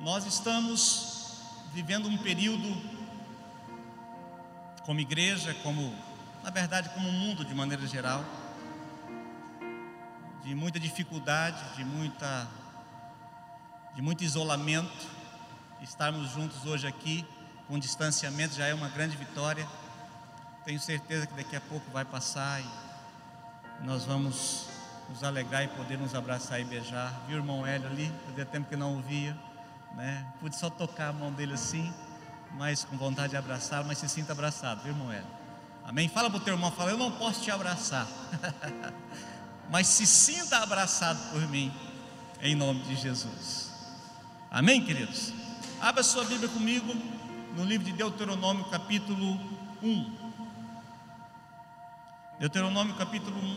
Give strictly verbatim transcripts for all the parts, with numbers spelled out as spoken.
Nós estamos vivendo um período, como igreja, como, na verdade, como mundo de maneira geral, de muita dificuldade, de, muita, de muito isolamento. Estarmos juntos hoje aqui, com distanciamento, já é uma grande vitória. Tenho certeza que daqui a pouco vai passar e nós vamos nos alegrar e poder nos abraçar e beijar. Viu o irmão Hélio ali? Fazia tempo que não o via, né? Pude só tocar a mão dele assim, mas com vontade de abraçar, mas se sinta abraçado, viu, irmão Hélio? Amém? Fala para o teu irmão, fala: eu não posso te abraçar, mas se sinta abraçado por mim, em nome de Jesus. Amém, queridos? Abra sua Bíblia comigo no livro de Deuteronômio, capítulo um. Deuteronômio, capítulo um,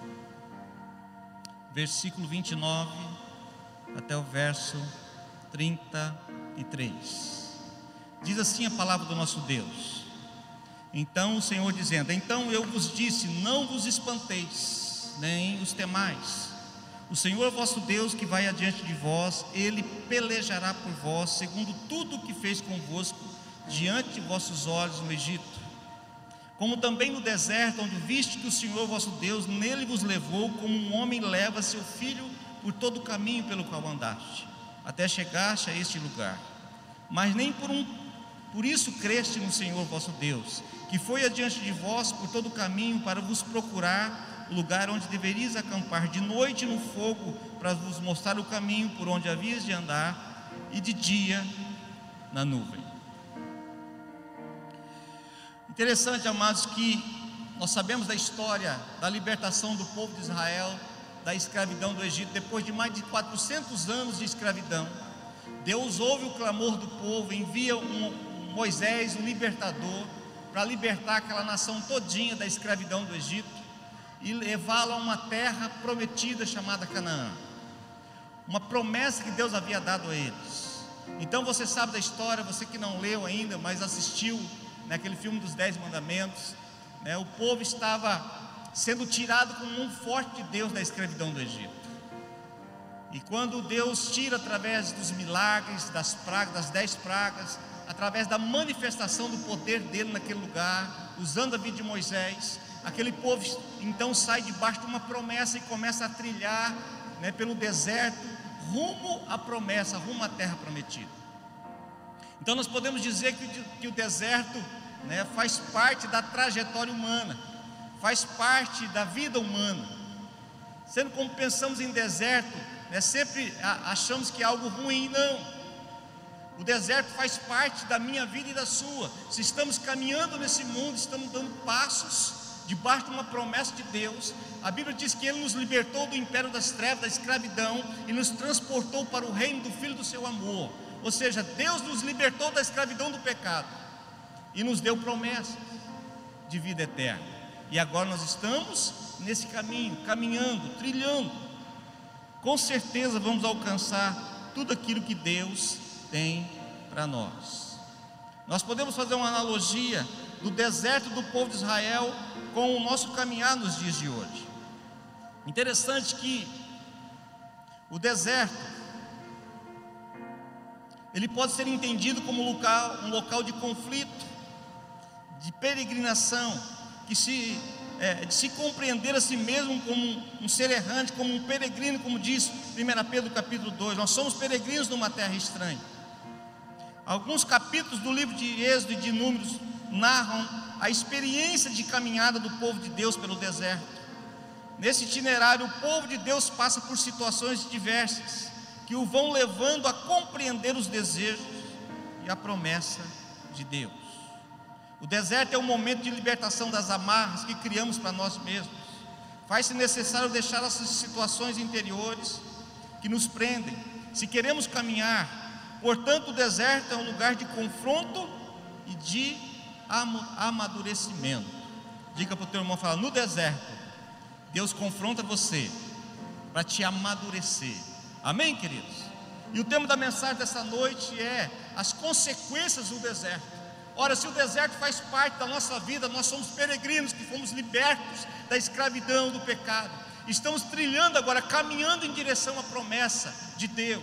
versículo vinte e nove até o verso trinta e três. Diz assim a palavra do nosso Deus: então o Senhor dizendo, então eu vos disse, não vos espanteis, nem os temais. O Senhor vosso Deus, que vai adiante de vós, Ele pelejará por vós, segundo tudo o que fez convosco, diante de vossos olhos no Egito. Como também no deserto, onde viste que o Senhor vosso Deus nele vos levou, como um homem leva seu filho por todo o caminho pelo qual andaste, até chegaste a este lugar. Mas nem por, um, por isso creste no Senhor vosso Deus, que foi adiante de vós por todo o caminho para vos procurar o lugar onde deveríeis acampar, de noite no fogo, para vos mostrar o caminho por onde havias de andar, e de dia na nuvem. Interessante, amados, que nós sabemos da história da libertação do povo de Israel da escravidão do Egito. Depois de mais de quatrocentos anos de escravidão, Deus ouve o clamor do povo, envia um Moisés, um libertador, para libertar aquela nação todinha da escravidão do Egito e levá-la a uma terra prometida chamada Canaã, uma promessa que Deus havia dado a eles. Então você sabe da história, você que não leu ainda, mas assistiu naquele filme dos Dez Mandamentos, né? O povo estava sendo tirado com um forte de Deus da escravidão do Egito. E quando Deus tira através dos milagres, das pragas, das dez pragas, através da manifestação do poder dele naquele lugar, usando a vida de Moisés, aquele povo então sai debaixo de uma promessa e começa a trilhar, né, pelo deserto, rumo à promessa, rumo à terra prometida. Então nós podemos dizer que, que o deserto, né, faz parte da trajetória humana, faz parte da vida humana. Sendo como pensamos em deserto, né, sempre achamos que é algo ruim. Não, o deserto faz parte da minha vida e da sua. Se estamos caminhando nesse mundo, estamos dando passos debaixo de uma promessa de Deus. A Bíblia diz que Ele nos libertou do império das trevas, da escravidão, e nos transportou para o reino do Filho do seu amor. Ou seja, Deus nos libertou da escravidão do pecado e nos deu promessas de vida eterna. E agora nós estamos nesse caminho, caminhando, trilhando. Com certeza vamos alcançar tudo aquilo que Deus tem para nós. Nós podemos fazer uma analogia do deserto do povo de Israel com o nosso caminhar nos dias de hoje. Interessante que o deserto, ele pode ser entendido como um local, um local de conflito, de peregrinação, que se, é, de se compreender a si mesmo como um, um ser errante, como um peregrino, como diz primeira Pedro capítulo dois, nós somos peregrinos numa terra estranha. Alguns capítulos do livro de Êxodo e de Números narram a experiência de caminhada do povo de Deus pelo deserto. Nesse itinerário, o povo de Deus passa por situações diversas, que o vão levando a compreender os desejos e a promessa de Deus. O deserto é um momento de libertação das amarras que criamos para nós mesmos. Faz-se necessário deixar essas situações interiores que nos prendem, se queremos caminhar. Portanto, o deserto é um lugar de confronto e de amadurecimento. Diga para o teu irmão, fala: no deserto, Deus confronta você para te amadurecer. Amém, queridos? E o tema da mensagem dessa noite é as consequências do deserto. Ora, se o deserto faz parte da nossa vida, nós somos peregrinos que fomos libertos da escravidão, do pecado. Estamos trilhando agora, caminhando em direção à promessa de Deus.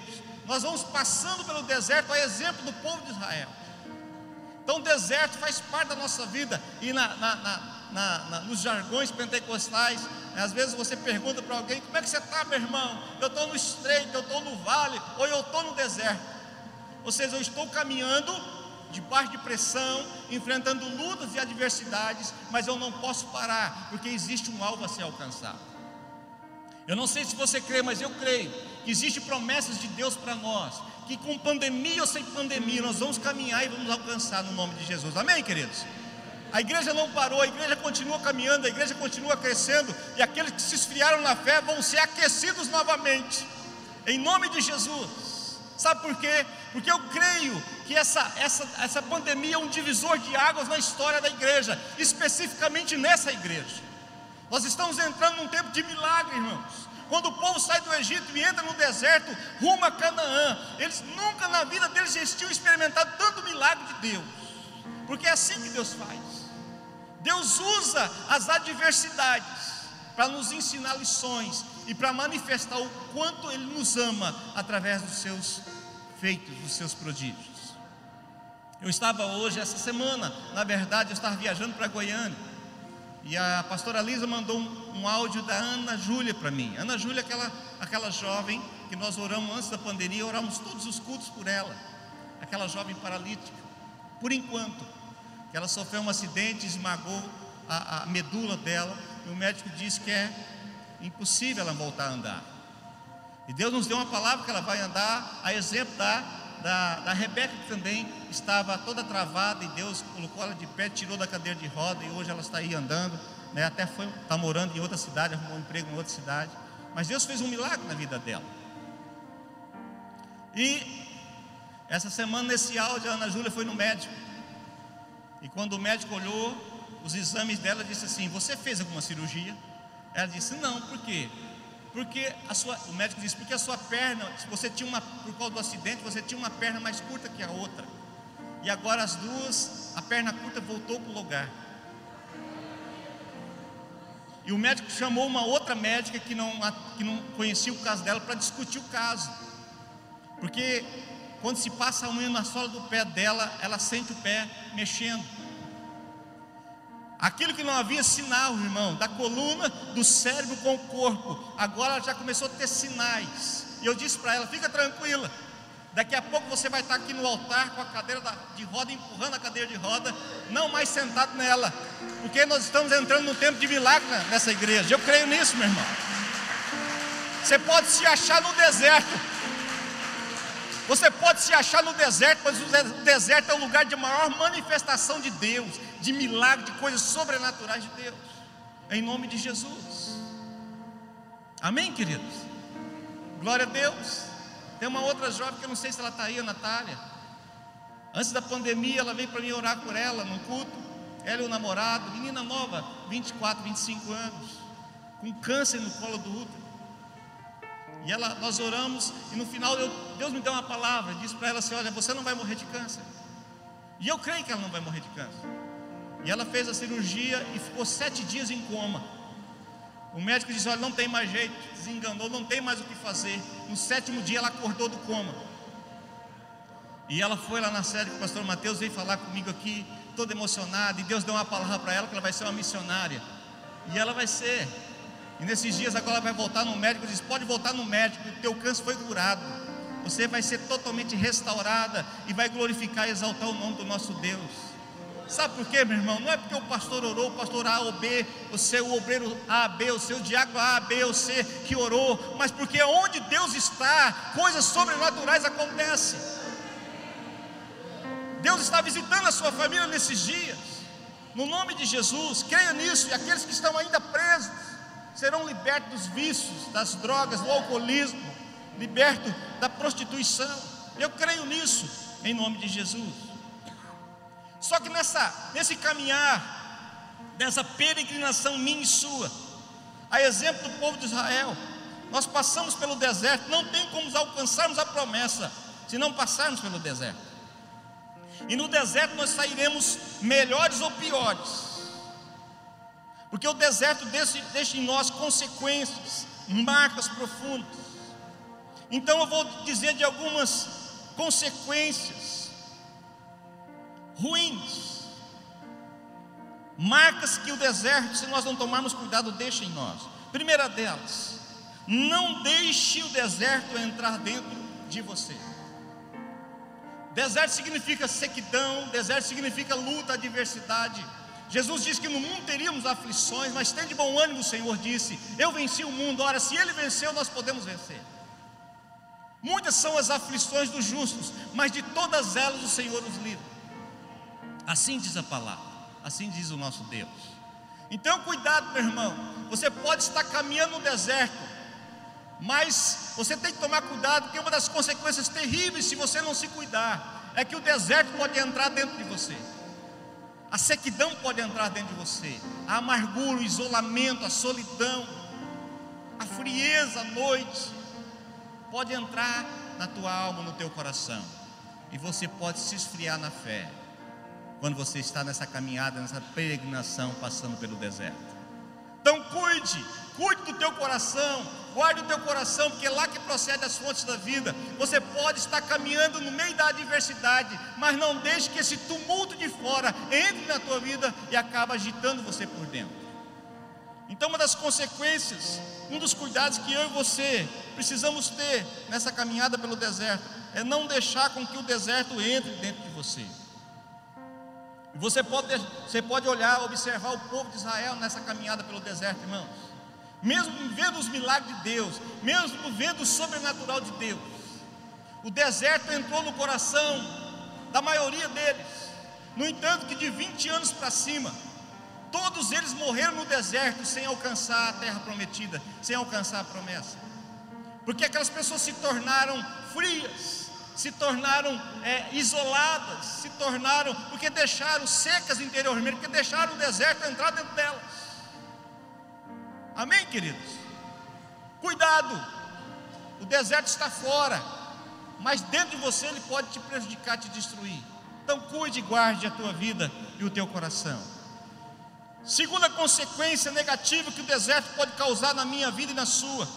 nós vamos passando pelo deserto, a exemplo do povo de Israel. Então o deserto faz parte da nossa vida. E na, na, na, na, na, nos jargões pentecostais, às vezes você pergunta para alguém: como é que você está, meu irmão? Eu estou no estreito, eu estou no vale, ou eu estou no deserto. Ou seja, eu estou caminhando debaixo de pressão, enfrentando lutas e adversidades, mas eu não posso parar, porque existe um alvo a ser alcançado. Eu não sei se você crê, mas eu creio que existem promessas de Deus para nós, que com pandemia ou sem pandemia nós vamos caminhar e vamos alcançar no nome de Jesus. Amém, queridos? A igreja não parou, a igreja continua caminhando, a igreja continua crescendo, e aqueles que se esfriaram na fé vão ser aquecidos novamente, em nome de Jesus. Sabe por quê? Porque eu creio que essa, essa, essa pandemia é um divisor de águas na história da igreja, especificamente nessa igreja. Nós estamos entrando num tempo de milagre, irmãos. Quando o povo sai do Egito e entra no deserto, rumo a Canaã, eles nunca na vida deles já tinham experimentado tanto milagre de Deus, porque é assim que Deus faz. Deus usa as adversidades para nos ensinar lições e para manifestar o quanto Ele nos ama através dos seus feitos, dos seus prodígios. Eu estava hoje, essa semana, na verdade, eu estava viajando para Goiânia, e a pastora Lisa mandou um, um áudio da Ana Júlia para mim. Ana Júlia é aquela, aquela jovem que nós oramos antes da pandemia, oramos todos os cultos por ela, aquela jovem paralítica, por enquanto, que ela sofreu um acidente, esmagou a, a medula dela, e o médico disse que é impossível ela voltar a andar. E Deus nos deu uma palavra que ela vai andar, a exemplo da, da, da Rebeca, que também estava toda travada, e Deus colocou ela de pé, tirou da cadeira de roda, e hoje ela está aí andando, né? Até foi, está morando em outra cidade, arrumou um emprego em outra cidade, mas Deus fez um milagre na vida dela. E essa semana, nesse áudio, a Ana Júlia foi no médico, e quando o médico olhou os exames dela, disse assim: você fez alguma cirurgia? Ela disse: não. Por quê? Porque a sua, o médico disse: porque a sua perna, você tinha uma, por causa do acidente, você tinha uma perna mais curta que a outra, e agora as duas, a perna curta voltou para o lugar. E o médico chamou uma outra médica que não, que não conhecia o caso dela, para discutir o caso, porque quando se passa a unha na sola do pé dela, ela sente o pé mexendo. Aquilo que não havia sinal, irmão, da coluna, do cérebro com o corpo, agora ela já começou a ter sinais. E eu disse para ela: fica tranquila, daqui a pouco você vai estar aqui no altar com a cadeira de roda, empurrando a cadeira de roda, não mais sentado nela, porque nós estamos entrando num tempo de milagre nessa igreja. Eu creio nisso, meu irmão. Você pode se achar no deserto, você pode se achar no deserto, mas o deserto é o lugar de maior manifestação de Deus, de milagre, de coisas sobrenaturais de Deus, em nome de Jesus. Amém, queridos? Glória a Deus. Tem uma outra jovem que eu não sei se ela está aí, a Natália. Antes da pandemia, ela veio para mim orar por ela num culto. Ela e o namorado, menina nova, vinte e quatro, vinte e cinco anos, com câncer no colo do útero. E ela, nós oramos, e no final eu, Deus me deu uma palavra, disse para ela assim: olha, você não vai morrer de câncer. E eu creio que ela não vai morrer de câncer. E ela fez a cirurgia e ficou sete dias em coma. O médico disse: olha, não tem mais jeito, desenganou, não tem mais o que fazer. No sétimo dia ela acordou do coma. E ela foi lá na sede que o pastor Mateus veio falar comigo aqui, toda emocionada, e Deus deu uma palavra para ela que ela vai ser uma missionária. E ela vai ser. E nesses dias agora ela vai voltar no médico, diz: pode voltar no médico, o teu câncer foi curado, você vai ser totalmente restaurada e vai glorificar e exaltar o nome do nosso Deus. Sabe por quê, meu irmão? Não é porque o pastor orou, o pastor A ou B, o seu obreiro A, B, o seu diácono A, B ou C que orou, mas porque onde Deus está, coisas sobrenaturais acontecem. Deus está visitando a sua família nesses dias, no nome de Jesus, creia nisso. E aqueles que estão ainda presos serão libertos dos vícios, das drogas, do alcoolismo, libertos da prostituição. Eu creio nisso, em nome de Jesus. Só que nessa, nesse caminhar, nessa peregrinação minha e sua, a exemplo do povo de Israel, nós passamos pelo deserto. Não tem como alcançarmos a promessa se não passarmos pelo deserto. E no deserto nós sairemos melhores ou piores, porque o deserto deixa, deixa em nós consequências, marcas profundas. Então eu vou dizer de algumas consequências ruins, marcas que o deserto, se nós não tomarmos cuidado, deixa em nós. Primeira delas, não deixe o deserto entrar dentro de você. Deserto significa sequidão, deserto significa luta, adversidade. Jesus disse que no mundo teríamos aflições, mas tem de bom ânimo, o Senhor disse: eu venci o mundo. Ora, se Ele venceu, nós podemos vencer. Muitas são as aflições dos justos, mas de todas elas o Senhor nos livra. Assim diz a palavra, assim diz o nosso Deus. Então cuidado, meu irmão. Você pode estar caminhando no deserto, mas você tem que tomar cuidado, porque uma das consequências terríveis, se você não se cuidar, é que o deserto pode entrar dentro de você. A sequidão pode entrar dentro de você, a amargura, o isolamento, a solidão, a frieza à noite, pode entrar na tua alma, no teu coração, e você pode se esfriar na fé, quando você está nessa caminhada, nessa peregrinação, passando pelo deserto. Então cuide, cuide do teu coração, guarde o teu coração, porque é lá que procede as fontes da vida. Você pode estar caminhando no meio da adversidade, mas não deixe que esse tumulto de fora entre na tua vida e acabe agitando você por dentro. Então uma das consequências, um dos cuidados que eu e você precisamos ter nessa caminhada pelo deserto, é não deixar com que o deserto entre dentro de você. Você pode, você pode olhar, observar o povo de Israel nessa caminhada pelo deserto, irmãos. Mesmo vendo os milagres de Deus, mesmo vendo o sobrenatural de Deus, o deserto entrou no coração da maioria deles. No entanto, que de vinte anos para cima, todos eles morreram no deserto sem alcançar a terra prometida, sem alcançar a promessa, porque aquelas pessoas se tornaram frias, se tornaram é, isoladas, se tornaram, porque deixaram secas interiormente, porque deixaram o deserto entrar dentro delas. Amém, queridos? Cuidado, o deserto está fora, mas dentro de você ele pode te prejudicar, te destruir. Então cuide e guarde a tua vida e o teu coração. Segunda consequência negativa que o deserto pode causar na minha vida e na sua: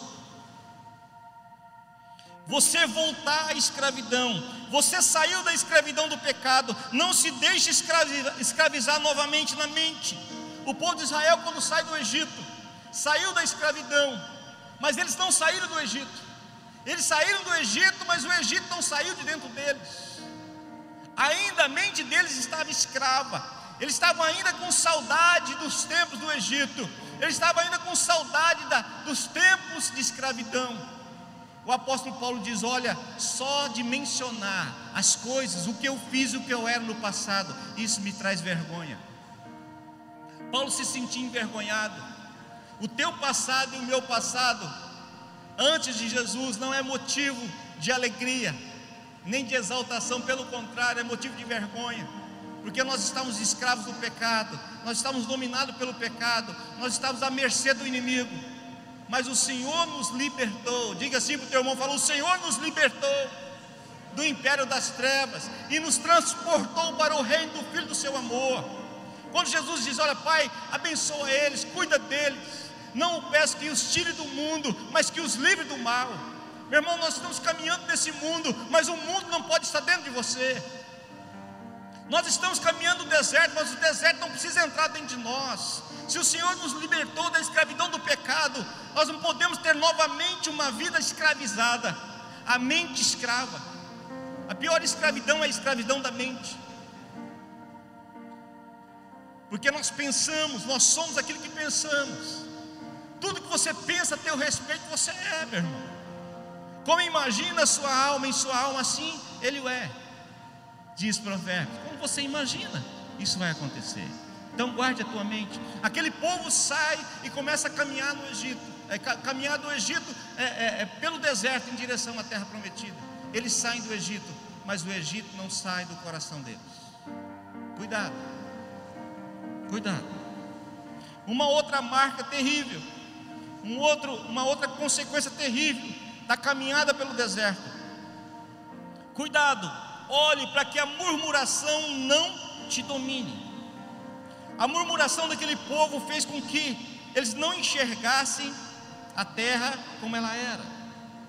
você voltar à escravidão. Você saiu da escravidão do pecado, não se deixe escravizar novamente na mente. O povo de Israel, quando sai do Egito, saiu da escravidão, mas eles não saíram do Egito. Eles saíram do Egito, mas o Egito não saiu de dentro deles. Ainda a mente deles estava escrava. Eles estavam ainda com saudade dos tempos do Egito. Eles estavam ainda com saudade da, dos tempos de escravidão. O apóstolo Paulo diz: olha, só de mencionar as coisas, o que eu fiz, o que eu era no passado, isso me traz vergonha. Paulo se sentia envergonhado. O teu passado e o meu passado, antes de Jesus, não é motivo de alegria, nem de exaltação, pelo contrário, é motivo de vergonha, porque nós estamos escravos do pecado, nós estamos dominados pelo pecado, nós estamos à mercê do inimigo, mas o Senhor nos libertou. Diga assim para o teu irmão, fala: o Senhor nos libertou do império das trevas e nos transportou para o reino do Filho do seu amor. Quando Jesus diz: olha, Pai, abençoa eles, cuida deles, não peço que os tire do mundo, mas que os livre do mal. Meu irmão, nós estamos caminhando nesse mundo, mas o mundo não pode estar dentro de você. Nós estamos caminhando no deserto, mas o deserto não precisa entrar dentro de nós. Se o Senhor nos libertou da escravidão do pecado, nós não podemos ter novamente uma vida escravizada, a mente escrava. A pior escravidão é a escravidão da mente, porque nós pensamos, nós somos aquilo que pensamos. Tudo que você pensa a teu respeito, você é, meu irmão. Como imagina a sua alma, em sua alma assim, ele o é. Diz Provérbios: como você imagina, isso vai acontecer. Então guarde a tua mente. Aquele povo sai e começa a caminhar no Egito, é, caminhar do Egito é, é, é, pelo deserto em direção à terra prometida. Eles saem do Egito, mas o Egito não sai do coração deles. Cuidado, cuidado. Uma outra marca terrível, um outro, uma outra consequência terrível da caminhada pelo deserto: cuidado, olhe para que a murmuração não te domine. A murmuração daquele povo fez com que eles não enxergassem a terra como ela era.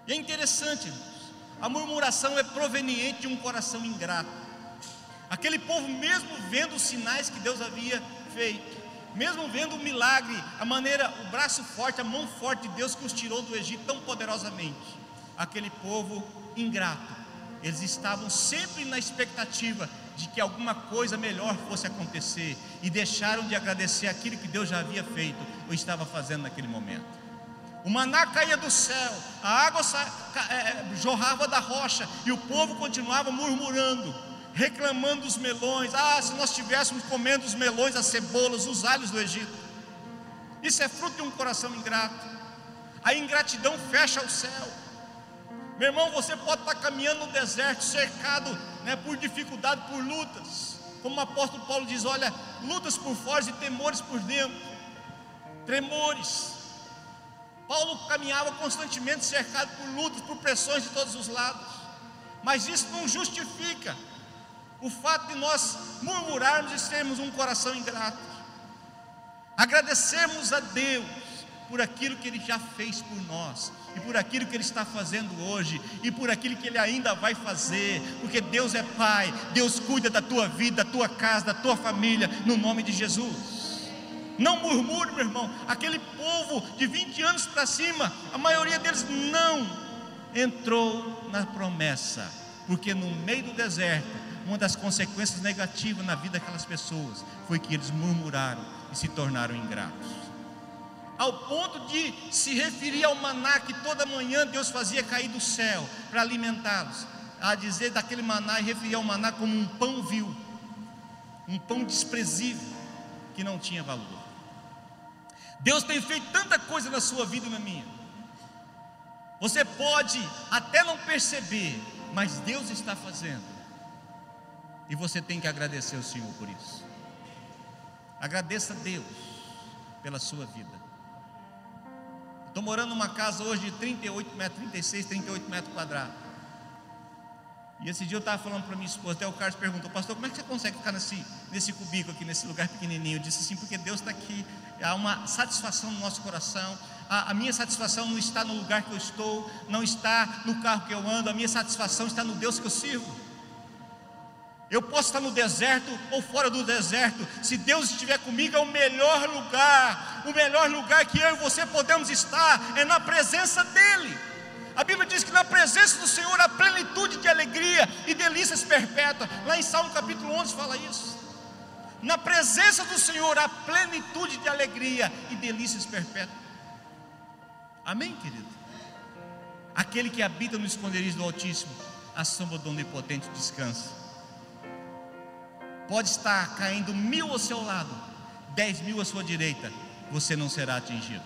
E é interessante, irmãos, a murmuração é proveniente de um coração ingrato. Aquele povo, mesmo vendo os sinais que Deus havia feito, mesmo vendo o milagre, a maneira, o braço forte, a mão forte de Deus que os tirou do Egito tão poderosamente, aquele povo ingrato, eles estavam sempre na expectativa de que alguma coisa melhor fosse acontecer, e deixaram de agradecer aquilo que Deus já havia feito ou estava fazendo naquele momento. O maná caía do céu, a água jorrava da rocha, e o povo continuava murmurando, reclamando dos melões. Ah, se nós estivéssemos comendo os melões, as cebolas, os alhos do Egito. Isso é fruto de um coração ingrato. A ingratidão fecha o céu. Meu irmão, você pode estar caminhando no deserto, cercado, né, por dificuldade, por lutas, como o apóstolo Paulo diz, olha, lutas por fora e temores por dentro, tremores. Paulo caminhava constantemente cercado por lutas, por pressões de todos os lados, mas isso não justifica o fato de nós murmurarmos e termos um coração ingrato. Agradecermos a Deus por aquilo que Ele já fez por nós, e por aquilo que Ele está fazendo hoje, e por aquilo que Ele ainda vai fazer, porque Deus é Pai, Deus cuida da tua vida, da tua casa, da tua família, no nome de Jesus. Não murmure, meu irmão. Aquele povo de vinte anos para cima, a maioria deles não entrou na promessa, porque no meio do deserto, uma das consequências negativas na vida daquelas pessoas foi que eles murmuraram e se tornaram ingratos, ao ponto de se referir ao maná que toda manhã Deus fazia cair do céu para alimentá-los, a dizer daquele maná, e referir ao maná como um pão vil, um pão desprezível, que não tinha valor. Deus tem feito tanta coisa na sua vida e na minha. Você pode até não perceber, mas Deus está fazendo, e você tem que agradecer ao Senhor por isso. Agradeça a Deus pela sua vida. Estou morando numa casa hoje de trinta e oito metros, trinta e seis, trinta e oito metros quadrados. E esse dia eu estava falando para minha esposa, até o Carlos perguntou, pastor, como é que você consegue ficar nesse, nesse cubículo aqui, nesse lugar pequenininho? Eu disse assim, porque Deus está aqui, há uma satisfação no nosso coração. A, a minha satisfação não está no lugar que eu estou, não está no carro que eu ando, a minha satisfação está no Deus que eu sirvo. Eu posso estar no deserto ou fora do deserto, se Deus estiver comigo, é o melhor lugar. O melhor lugar que eu e você podemos estar é na presença dEle. A Bíblia diz que na presença do Senhor há plenitude de alegria e delícias perpétuas. Lá em Salmo capítulo onze fala isso. Na presença do Senhor há plenitude de alegria e delícias perpétuas. Amém, querido? Aquele que habita no esconderijo do Altíssimo, a sombra do Onipotente descansa. Pode estar caindo mil ao seu lado, dez mil à sua direita, você não será atingido.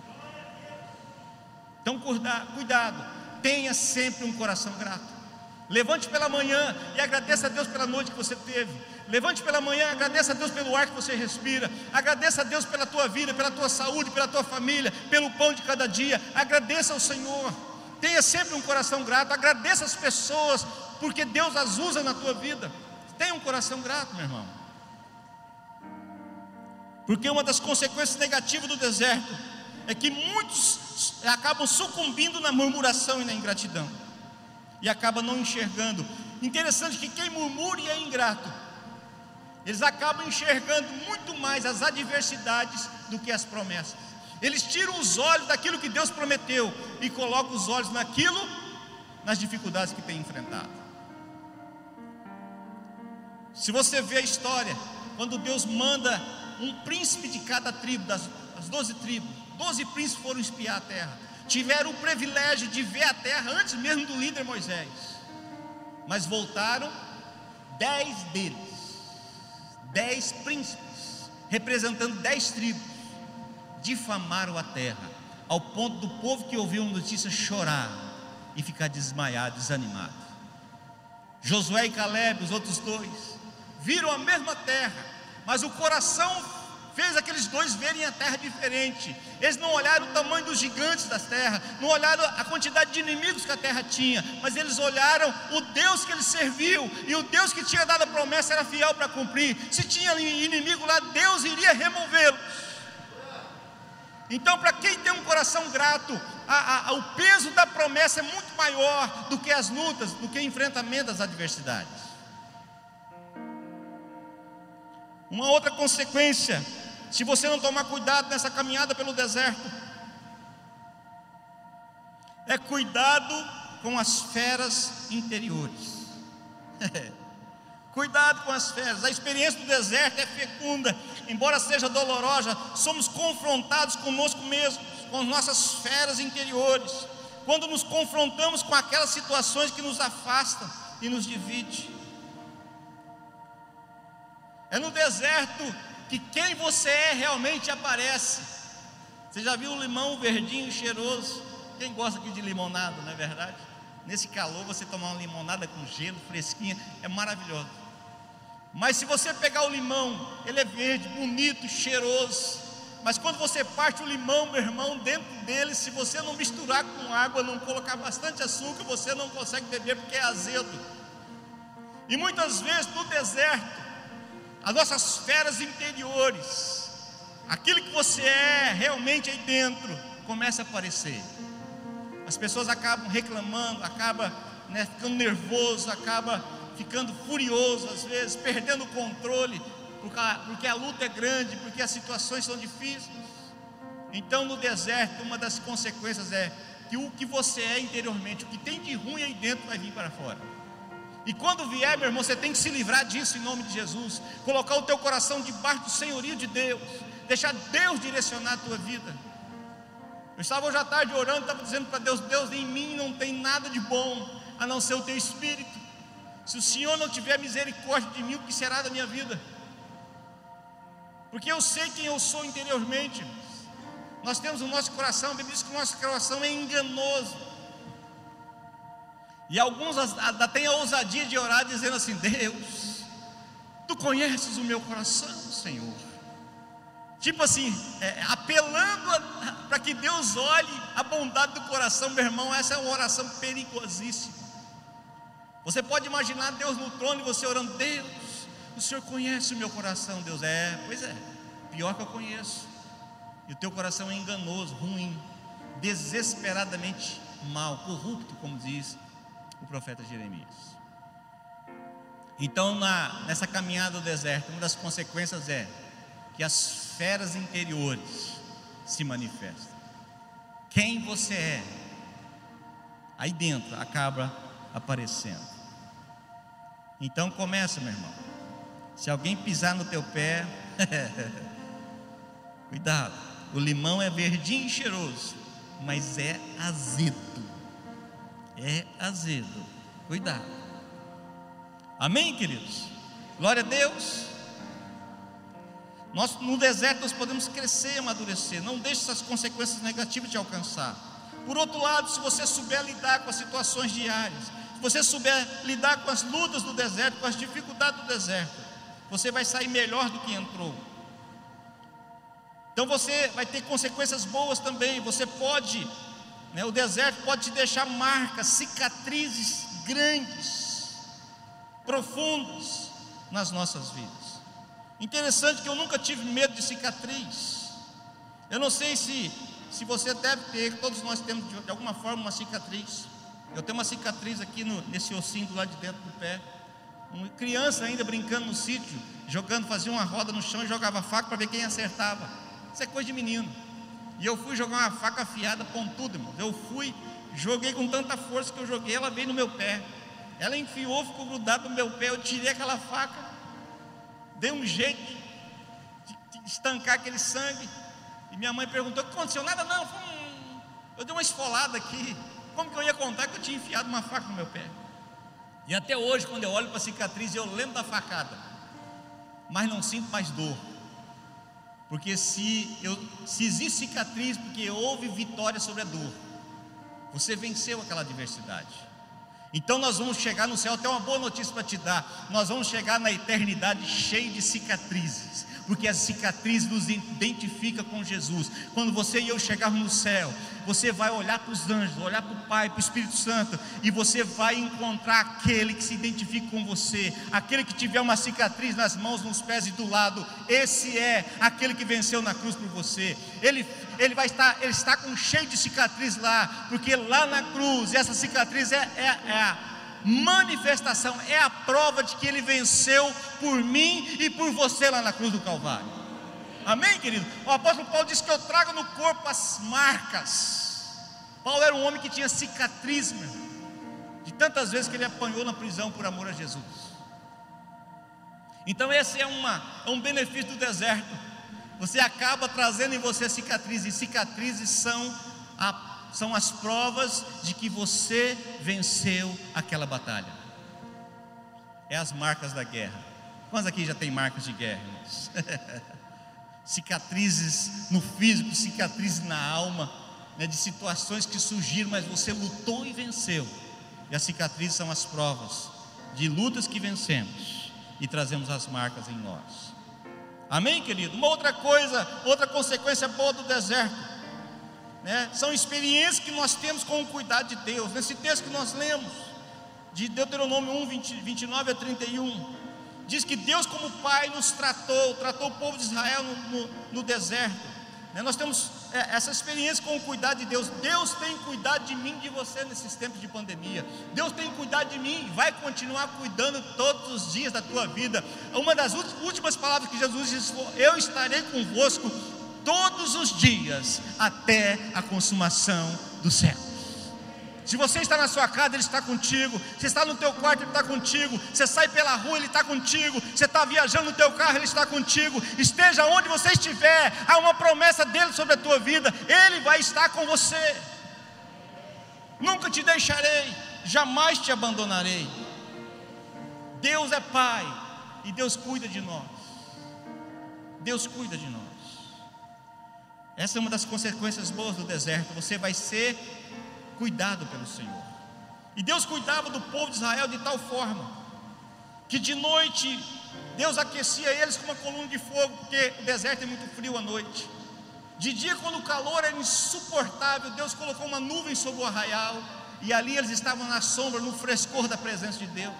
Então cuidado, tenha sempre um coração grato. Levante pela manhã e agradeça a Deus pela noite que você teve. Levante pela manhã e agradeça a Deus pelo ar que você respira. Agradeça a Deus pela tua vida, pela tua saúde, pela tua família, pelo pão de cada dia. Agradeça ao Senhor. Tenha sempre um coração grato. Agradeça as pessoas, porque Deus as usa na tua vida. Tenha um coração grato, meu irmão. Porque uma das consequências negativas do deserto é que muitos acabam sucumbindo na murmuração e na ingratidão, e acabam não enxergando. Interessante que quem murmura e é ingrato, eles acabam enxergando muito mais as adversidades do que as promessas. Eles tiram os olhos daquilo que Deus prometeu e colocam os olhos naquilo, nas dificuldades que tem enfrentado. Se você vê a história, quando Deus manda um príncipe de cada tribo, das, das doze tribos, doze príncipes foram espiar a terra, tiveram o privilégio de ver a terra antes mesmo do líder Moisés, mas voltaram dez deles, dez príncipes, representando dez tribos, difamaram a terra, ao ponto do povo que ouviu a notícia chorar e ficar desmaiado, desanimado. Josué e Caleb, os outros dois, viram a mesma terra, mas o coração fez aqueles dois verem a terra diferente. Eles não olharam o tamanho dos gigantes da terra, não olharam a quantidade de inimigos que a terra tinha, mas eles olharam o Deus que eles serviam, e o Deus que tinha dado a promessa era fiel para cumprir. Se tinha inimigo lá, Deus iria removê-los. Então, para quem tem um coração grato, a, a, o peso da promessa é muito maior do que as lutas, do que o enfrentamento das adversidades. Uma outra consequência, se você não tomar cuidado nessa caminhada pelo deserto, é cuidado com as feras interiores. Cuidado com as feras. A experiência do deserto é fecunda, embora seja dolorosa. Somos confrontados conosco mesmos, com as nossas feras interiores, quando nos confrontamos com aquelas situações que nos afastam e nos dividem. É no deserto que quem você é realmente aparece. Você já viu o limão verdinho, cheiroso? Quem gosta aqui de limonada, não é verdade? Nesse calor, você tomar uma limonada com gelo, fresquinha, é maravilhoso. Mas se você pegar o limão, ele é verde, bonito, cheiroso. Mas quando você parte o limão, meu irmão, dentro dele, se você não misturar com água, não colocar bastante açúcar, você não consegue beber porque é azedo. E muitas vezes no deserto, as nossas feras interiores, aquilo que você é realmente aí dentro, começa a aparecer. As pessoas acabam reclamando, acabam, né, ficando nervoso, acabam ficando furioso às vezes, perdendo o controle, porque a, porque a luta é grande, porque as situações são difíceis. Então no deserto, uma das consequências é que o que você é interiormente, o que tem de ruim aí dentro, vai vir para fora. E quando vier, meu irmão, você tem que se livrar disso em nome de Jesus, colocar o teu coração debaixo do senhorio de Deus, deixar Deus direcionar a tua vida. Eu estava hoje à tarde orando, estava dizendo para Deus: Deus, em mim não tem nada de bom, a não ser o teu Espírito. Se o Senhor não tiver misericórdia de mim, o que será da minha vida? Porque eu sei quem eu sou interiormente. Nós temos o nosso coração, a Bíblia diz que o nosso coração é enganoso. E alguns até têm a ousadia de orar dizendo assim: Deus, Tu conheces o meu coração, Senhor. Tipo assim, é, apelando para que Deus olhe a bondade do coração. Meu irmão, essa é uma oração perigosíssima. Você pode imaginar Deus no trono e você orando: Deus, o Senhor conhece o meu coração. Deus: é, pois é, pior que eu conheço. E o teu coração é enganoso, ruim, desesperadamente mal, corrupto, como diz o profeta Jeremias. Então na, nessa caminhada do deserto, uma das consequências é que as feras interiores se manifestam. Quem você é aí dentro acaba aparecendo. Então começa, meu irmão. Se alguém pisar no teu pé, cuidado. O limão é verdinho e cheiroso, mas é azedo. É azedo. Cuidado. Amém, queridos? Glória a Deus. Nós, no deserto, nós podemos crescer e amadurecer. Não deixe essas consequências negativas te alcançar. Por outro lado, se você souber lidar com as situações diárias, se você souber lidar com as lutas do deserto, com as dificuldades do deserto, você vai sair melhor do que entrou. Então você vai ter consequências boas também. Você pode, né, o deserto pode te deixar marcas, cicatrizes grandes, profundas nas nossas vidas. Interessante que eu nunca tive medo de cicatriz. Eu não sei se, se você deve ter, todos nós temos de, de alguma forma uma cicatriz. Eu tenho uma cicatriz aqui no, nesse ossinho do lado de dentro do pé. Uma criança ainda brincando no sítio, jogando, fazia uma roda no chão e jogava faca para ver quem acertava. Isso é coisa de menino. E eu fui jogar uma faca afiada, pontuda, irmão. Eu fui, joguei com tanta força que eu joguei, ela veio no meu pé. Ela enfiou, ficou grudada no meu pé. Eu tirei aquela faca, dei um jeito de, de estancar aquele sangue. E minha mãe perguntou: o que aconteceu? Nada não, foi um... eu dei uma esfolada aqui. Como que eu ia contar que eu tinha enfiado uma faca no meu pé? E até hoje, quando eu olho para a cicatriz, eu lembro da facada, mas não sinto mais dor. Porque se, eu, se existe cicatriz, porque houve vitória sobre a dor. Você venceu aquela adversidade. Então nós vamos chegar no céu. Até uma boa notícia para te dar: nós vamos chegar na eternidade cheio de cicatrizes. porque as cicatrizes nos identificam com Jesus. Quando você e eu chegarmos no céu, você vai olhar para os anjos, olhar para o Pai, para o Espírito Santo, e você vai encontrar aquele que se identifica com você, aquele que tiver uma cicatriz nas mãos, nos pés e do lado. Esse é aquele que venceu na cruz por você. Ele, ele vai estar, ele está com cheio de cicatriz lá, porque lá na cruz, essa cicatriz é, é, é a manifestação, é a prova de que ele venceu por mim e por você lá na cruz do Calvário. Amém, querido? O apóstolo Paulo diz que eu trago no corpo as marcas. Paulo era um homem que tinha cicatriz, meu, de tantas vezes que ele apanhou na prisão por amor a Jesus. Então esse é, uma, é um benefício do deserto. Você acaba trazendo em você cicatrizes, e cicatrizes são a São as provas de que você venceu aquela batalha. É as marcas da guerra. Quantos aqui já tem marcas de guerra, irmãos? Cicatrizes no físico, cicatrizes na alma, né, de situações que surgiram, mas você lutou e venceu. E as cicatrizes são as provas de lutas que vencemos e trazemos as marcas em nós. Amém, querido? Uma outra coisa, outra consequência boa do deserto, né, são experiências que nós temos com o cuidado de Deus. Nesse texto que nós lemos, de Deuteronômio um, vinte, vinte e nove a trinta e um, diz que Deus como Pai nos tratou, tratou o povo de Israel no, no, no deserto, né? Nós temos é, essa experiência com o cuidado de Deus. Deus tem cuidado de mim, de você nesses tempos de pandemia. Deus tem cuidado de mim, vai continuar cuidando todos os dias da tua vida. Uma das últimas palavras que Jesus disse foi: eu estarei convosco todos os dias, até a consumação do céu. Se você está na sua casa, Ele está contigo. Se está no teu quarto, Ele está contigo. Você sai pela rua, Ele está contigo. Você está viajando no teu carro, Ele está contigo. Esteja onde você estiver, há uma promessa dEle sobre a tua vida. Ele vai estar com você. Nunca te deixarei, jamais te abandonarei. Deus é Pai, e Deus cuida de nós. Deus cuida de nós. Essa é uma das consequências boas do deserto. Você vai ser cuidado pelo Senhor. E Deus cuidava do povo de Israel de tal forma que de noite Deus aquecia eles com uma coluna de fogo, porque o deserto é muito frio à noite. De dia, quando o calor era insuportável, Deus colocou uma nuvem sobre o arraial, e ali eles estavam na sombra, no frescor da presença de Deus.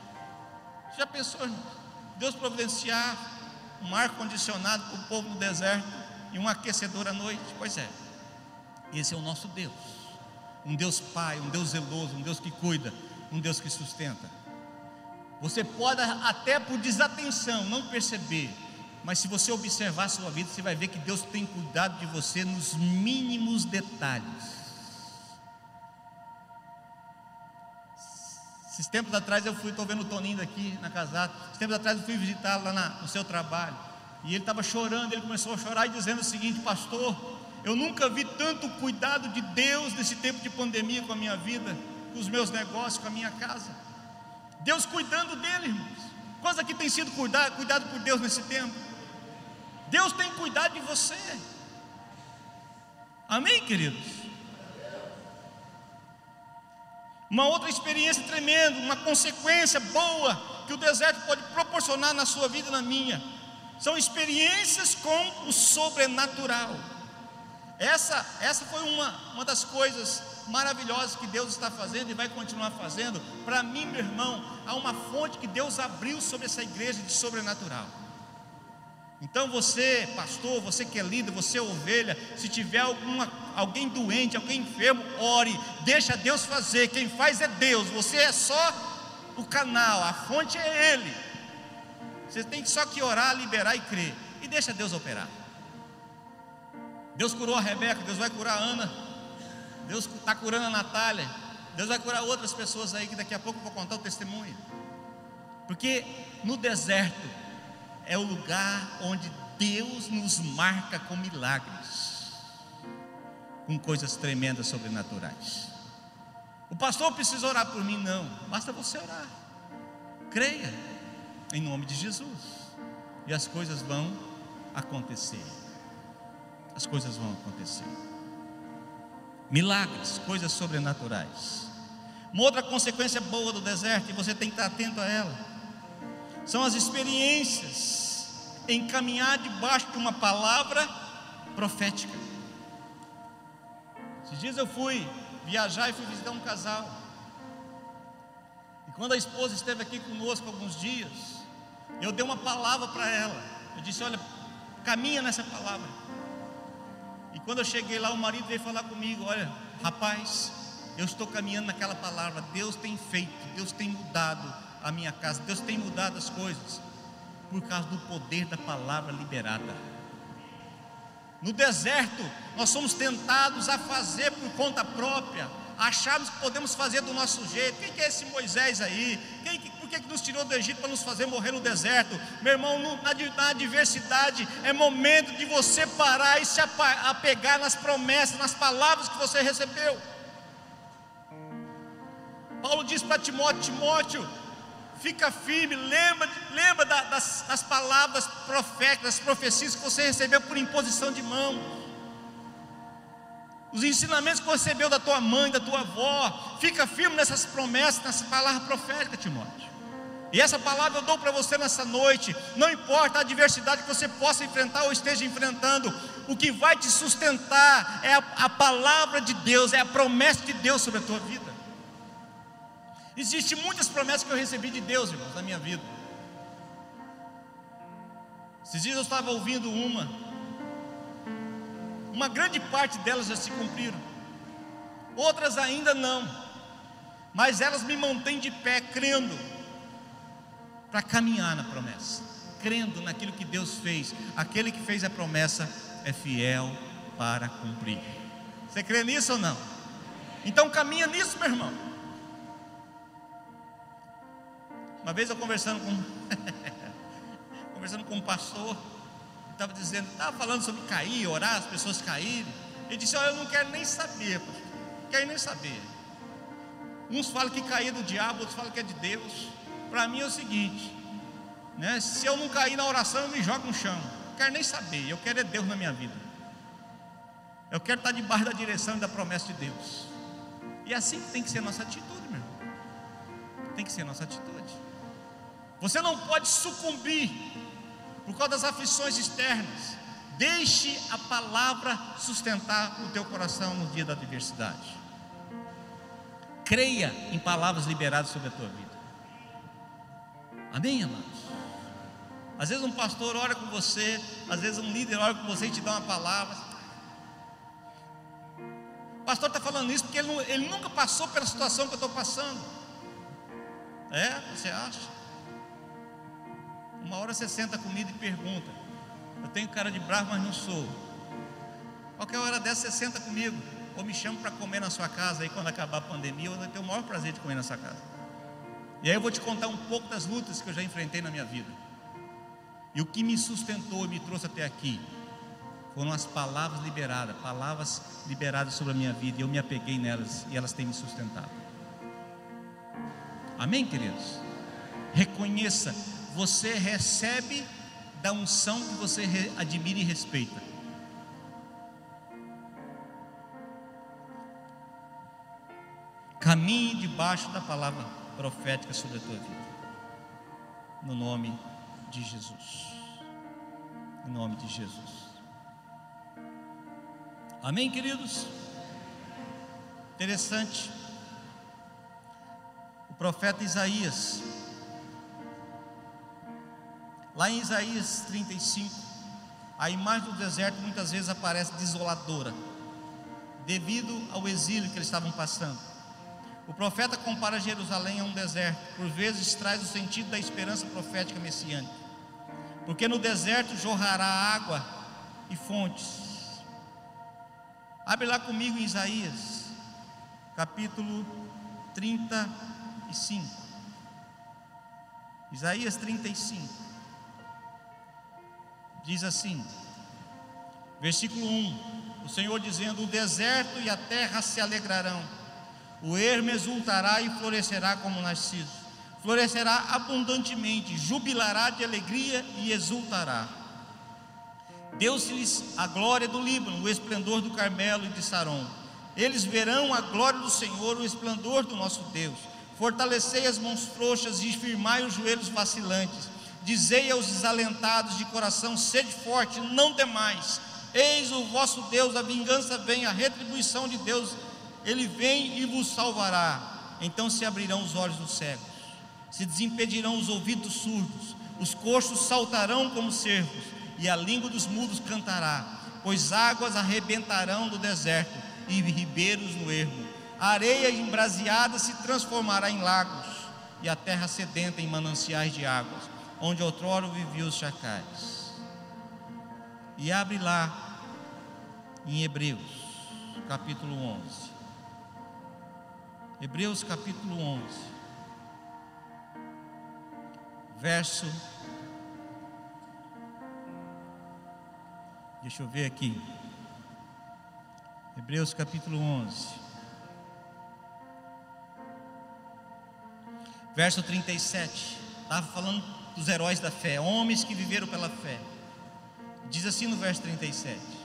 Já pensou, irmão? Deus providenciar um ar condicionado para o povo no deserto e um aquecedor à noite? Pois é, esse é o nosso Deus. Um Deus Pai, um Deus zeloso, um Deus que cuida, um Deus que sustenta. Você pode até por desatenção não perceber, mas se você observar a sua vida, você vai ver que Deus tem cuidado de você nos mínimos detalhes. Esses tempos atrás eu fui, estou vendo o Toninho daqui na Casada. Esses tempos atrás eu fui visitá-lo lá na, no seu trabalho, e ele estava chorando. Ele começou a chorar e dizendo o seguinte: pastor, eu nunca vi tanto cuidado de Deus nesse tempo de pandemia com a minha vida, com os meus negócios, com a minha casa. Deus cuidando dele, irmãos. Quantos aqui tem sido cuidado, cuidado por Deus nesse tempo? Deus tem cuidado de você. Amém, queridos? Uma outra experiência tremenda, uma consequência boa que o deserto pode proporcionar na sua vida e na minha, são experiências com o sobrenatural. Essa, essa foi uma, uma das coisas maravilhosas que Deus está fazendo e vai continuar fazendo. Para mim, meu irmão, há uma fonte que Deus abriu sobre essa igreja de sobrenatural. Então você, pastor, você que é líder, você é ovelha, se tiver alguma, alguém doente, alguém enfermo, ore, deixa Deus fazer. Quem faz é Deus, você é só o canal, a fonte é Ele. Você tem só que orar, liberar e crer, e deixa Deus operar. Deus curou a Rebeca, Deus vai curar a Ana, Deus está curando a Natália, Deus vai curar outras pessoas aí, que daqui a pouco eu vou contar o testemunho. Porque no deserto é o lugar onde Deus nos marca com milagres, com coisas tremendas, sobrenaturais. O pastor precisa orar por mim? Não, basta você orar. Creia em nome de Jesus, e as coisas vão acontecer. As coisas vão acontecer. Milagres, coisas sobrenaturais. Uma outra consequência boa do deserto, e você tem que estar atento a ela, são as experiências em caminhar debaixo de uma palavra profética. Esses dias eu fui viajar e fui visitar um casal. E quando a esposa esteve aqui conosco alguns dias, eu dei uma palavra para ela. Eu disse: olha, caminha nessa palavra. E quando eu cheguei lá, o marido veio falar comigo: olha, rapaz, eu estou caminhando naquela palavra. Deus tem feito, Deus tem mudado a minha casa, Deus tem mudado as coisas, por causa do poder da palavra liberada. No deserto, nós somos tentados a fazer por conta própria, acharmos que podemos fazer do nosso jeito. Quem que é esse Moisés aí? Quem, por que, que nos tirou do Egito para nos fazer morrer no deserto? Meu irmão, no, na, na adversidade é momento de você parar e se apegar nas promessas, nas palavras que você recebeu. Paulo diz para Timóteo: Timóteo, fica firme, lembra, lembra das, das palavras proféticas, das profecias que você recebeu por imposição de mão, os ensinamentos que você recebeu da tua mãe, da tua avó. Fica firme nessas promessas, nessa palavra profética, Timóteo. E essa palavra eu dou para você nessa noite. Não importa a adversidade que você possa enfrentar ou esteja enfrentando, o que vai te sustentar é a, a palavra de Deus, é a promessa de Deus sobre a tua vida. Existem muitas promessas que eu recebi de Deus, irmãos, na minha vida. Esses dias eu estava ouvindo uma Uma grande parte delas já se cumpriram, outras ainda não, mas elas me mantêm de pé, crendo, para caminhar na promessa, crendo naquilo que Deus fez. Aquele que fez a promessa é fiel para cumprir. Você crê nisso ou não? Então caminha nisso, meu irmão. Uma vez eu conversando com conversando com um pastor, estava dizendo, estava falando sobre cair, orar, as pessoas caírem. Ele disse: olha, eu não quero nem saber, não quero nem saber. Uns falam que cair é do diabo, outros falam que é de Deus. Para mim é o seguinte, né? Se eu não cair na oração, eu me jogo no chão. Não quero nem saber, eu quero é Deus na minha vida. Eu quero estar debaixo da direção e da promessa de Deus. E é assim que tem que ser a nossa atitude, meu irmão. Tem que ser a nossa atitude. Você não pode sucumbir por causa das aflições externas. Deixe a palavra sustentar o teu coração no dia da adversidade. Creia em palavras liberadas sobre a tua vida. Amém, amados? Às vezes um pastor ora com você, às vezes um líder ora com você e te dá uma palavra. O pastor está falando isso porque ele, não, ele nunca passou pela situação que eu estou passando. É, você acha? Uma hora você senta comigo e pergunta: eu tenho cara de bravo, mas não sou. Qualquer hora dessa você senta comigo, ou me chama para comer na sua casa. Aí quando acabar a pandemia, eu vou ter o maior prazer de comer na sua casa. E aí eu vou te contar um pouco das lutas que eu já enfrentei na minha vida. E o que me sustentou e me trouxe até aqui foram as palavras liberadas, palavras liberadas sobre a minha vida. E eu me apeguei nelas e elas têm me sustentado. Amém, queridos? Reconheça, você recebe da unção que você admira e respeita. Caminhe debaixo da palavra profética sobre a tua vida, no nome de Jesus. Em nome de Jesus. Amém, queridos? Interessante. O profeta Isaías, lá em Isaías trinta e cinco, a imagem do deserto muitas vezes aparece desoladora, devido ao exílio que eles estavam passando. O profeta compara Jerusalém a um deserto, por vezes traz o sentido da esperança profética messiânica, porque no deserto jorrará água e fontes. Abre lá comigo em Isaías, capítulo trinta e cinco. Isaías trinta e cinco. Diz assim, versículo um: o Senhor dizendo: o deserto e a terra se alegrarão, o ermo exultará e florescerá como narciso, florescerá abundantemente, jubilará de alegria e exultará. Deu-se-lhes a glória do Líbano, o esplendor do Carmelo e de Saron. Eles verão a glória do Senhor, o esplendor do nosso Deus. Fortalecei as mãos frouxas e firmai os joelhos vacilantes. Dizei aos desalentados de coração: sede forte, não temais. Eis o vosso Deus, a vingança vem, a retribuição de Deus, Ele vem e vos salvará. Então se abrirão os olhos dos cegos, se desimpedirão os ouvidos surdos, os coxos saltarão como cervos, e a língua dos mudos cantará. Pois águas arrebentarão do deserto, e ribeiros no ermo. A areia embraseada se transformará em lagos, e a terra sedenta em mananciais de águas, onde outrora viviam os chacais. E abre lá em Hebreus capítulo onze. Hebreus capítulo onze, verso, deixa eu ver aqui, Hebreus capítulo onze, verso trinta e sete, estava falando dos heróis da fé, homens que viveram pela fé. Diz assim no verso trinta e sete: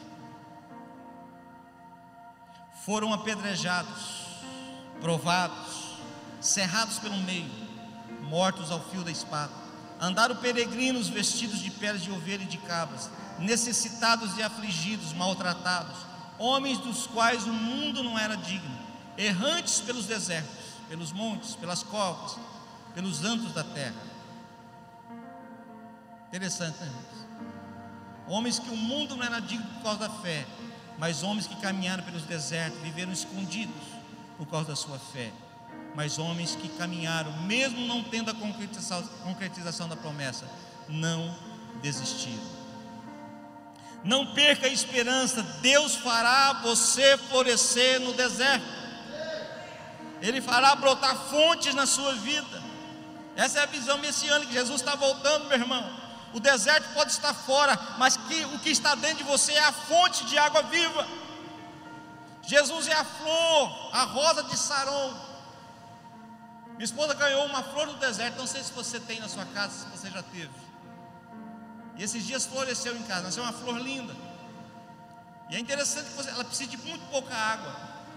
foram apedrejados, provados, cerrados pelo meio, mortos ao fio da espada. Andaram peregrinos vestidos de peles de ovelha e de cabras, necessitados e afligidos, maltratados, homens dos quais o mundo não era digno, errantes pelos desertos, pelos montes, pelas covas, pelos antros da terra. Interessante, né? Homens que o mundo não era digno por causa da fé, mas homens que caminharam pelos desertos, viveram escondidos por causa da sua fé, mas homens que caminharam, mesmo não tendo a concretização, concretização da promessa, não desistiram. Não perca a esperança, Deus fará você florescer no deserto, Ele fará brotar fontes na sua vida. Essa é a visão messiânica. Jesus está voltando, meu irmão. O deserto pode estar fora, mas que, o que está dentro de você é a fonte de água viva. Jesus é a flor, a rosa de Saron. Minha esposa ganhou uma flor do deserto, não sei se você tem na sua casa, se você já teve. E esses dias floresceu em casa, nasceu uma flor linda. E é interessante que você, ela precisa de muito pouca água.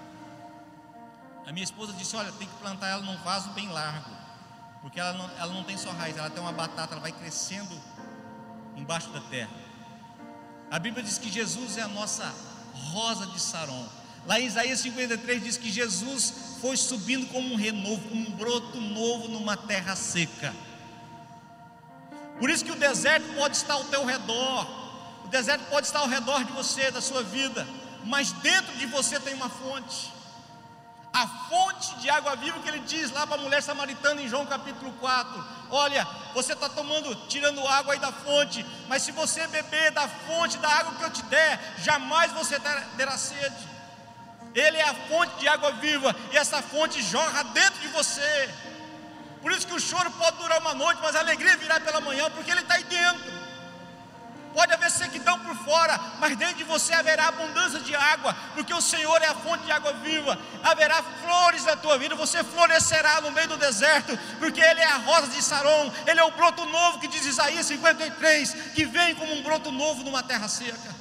A minha esposa disse: olha, tem que plantar ela num vaso bem largo, porque ela não, ela não tem só raiz, ela tem uma batata, ela vai crescendo embaixo da terra. A Bíblia diz que Jesus é a nossa rosa de Saron. Lá em Isaías cinquenta e três diz que Jesus foi subindo como um renovo, como um broto novo numa terra seca. Por isso que o deserto pode estar ao teu redor, o deserto pode estar ao redor de você, da sua vida, mas dentro de você tem uma fonte, a fonte de água viva que ele diz lá para a mulher samaritana em João capítulo quatro: olha, você está tomando, tirando água aí da fonte, mas se você beber da fonte da água que eu te der, jamais você terá sede. Ele é a fonte de água viva, e essa fonte jorra dentro de você. Por isso que o choro pode durar uma noite, mas a alegria virá pela manhã, porque ele está aí dentro. Pode haver sequidão por fora, mas dentro de você haverá abundância de água, porque o Senhor é a fonte de água viva. Haverá flores na tua vida, você florescerá no meio do deserto, porque Ele é a rosa de Saron, Ele é o broto novo que diz Isaías cinquenta e três, que vem como um broto novo numa terra seca.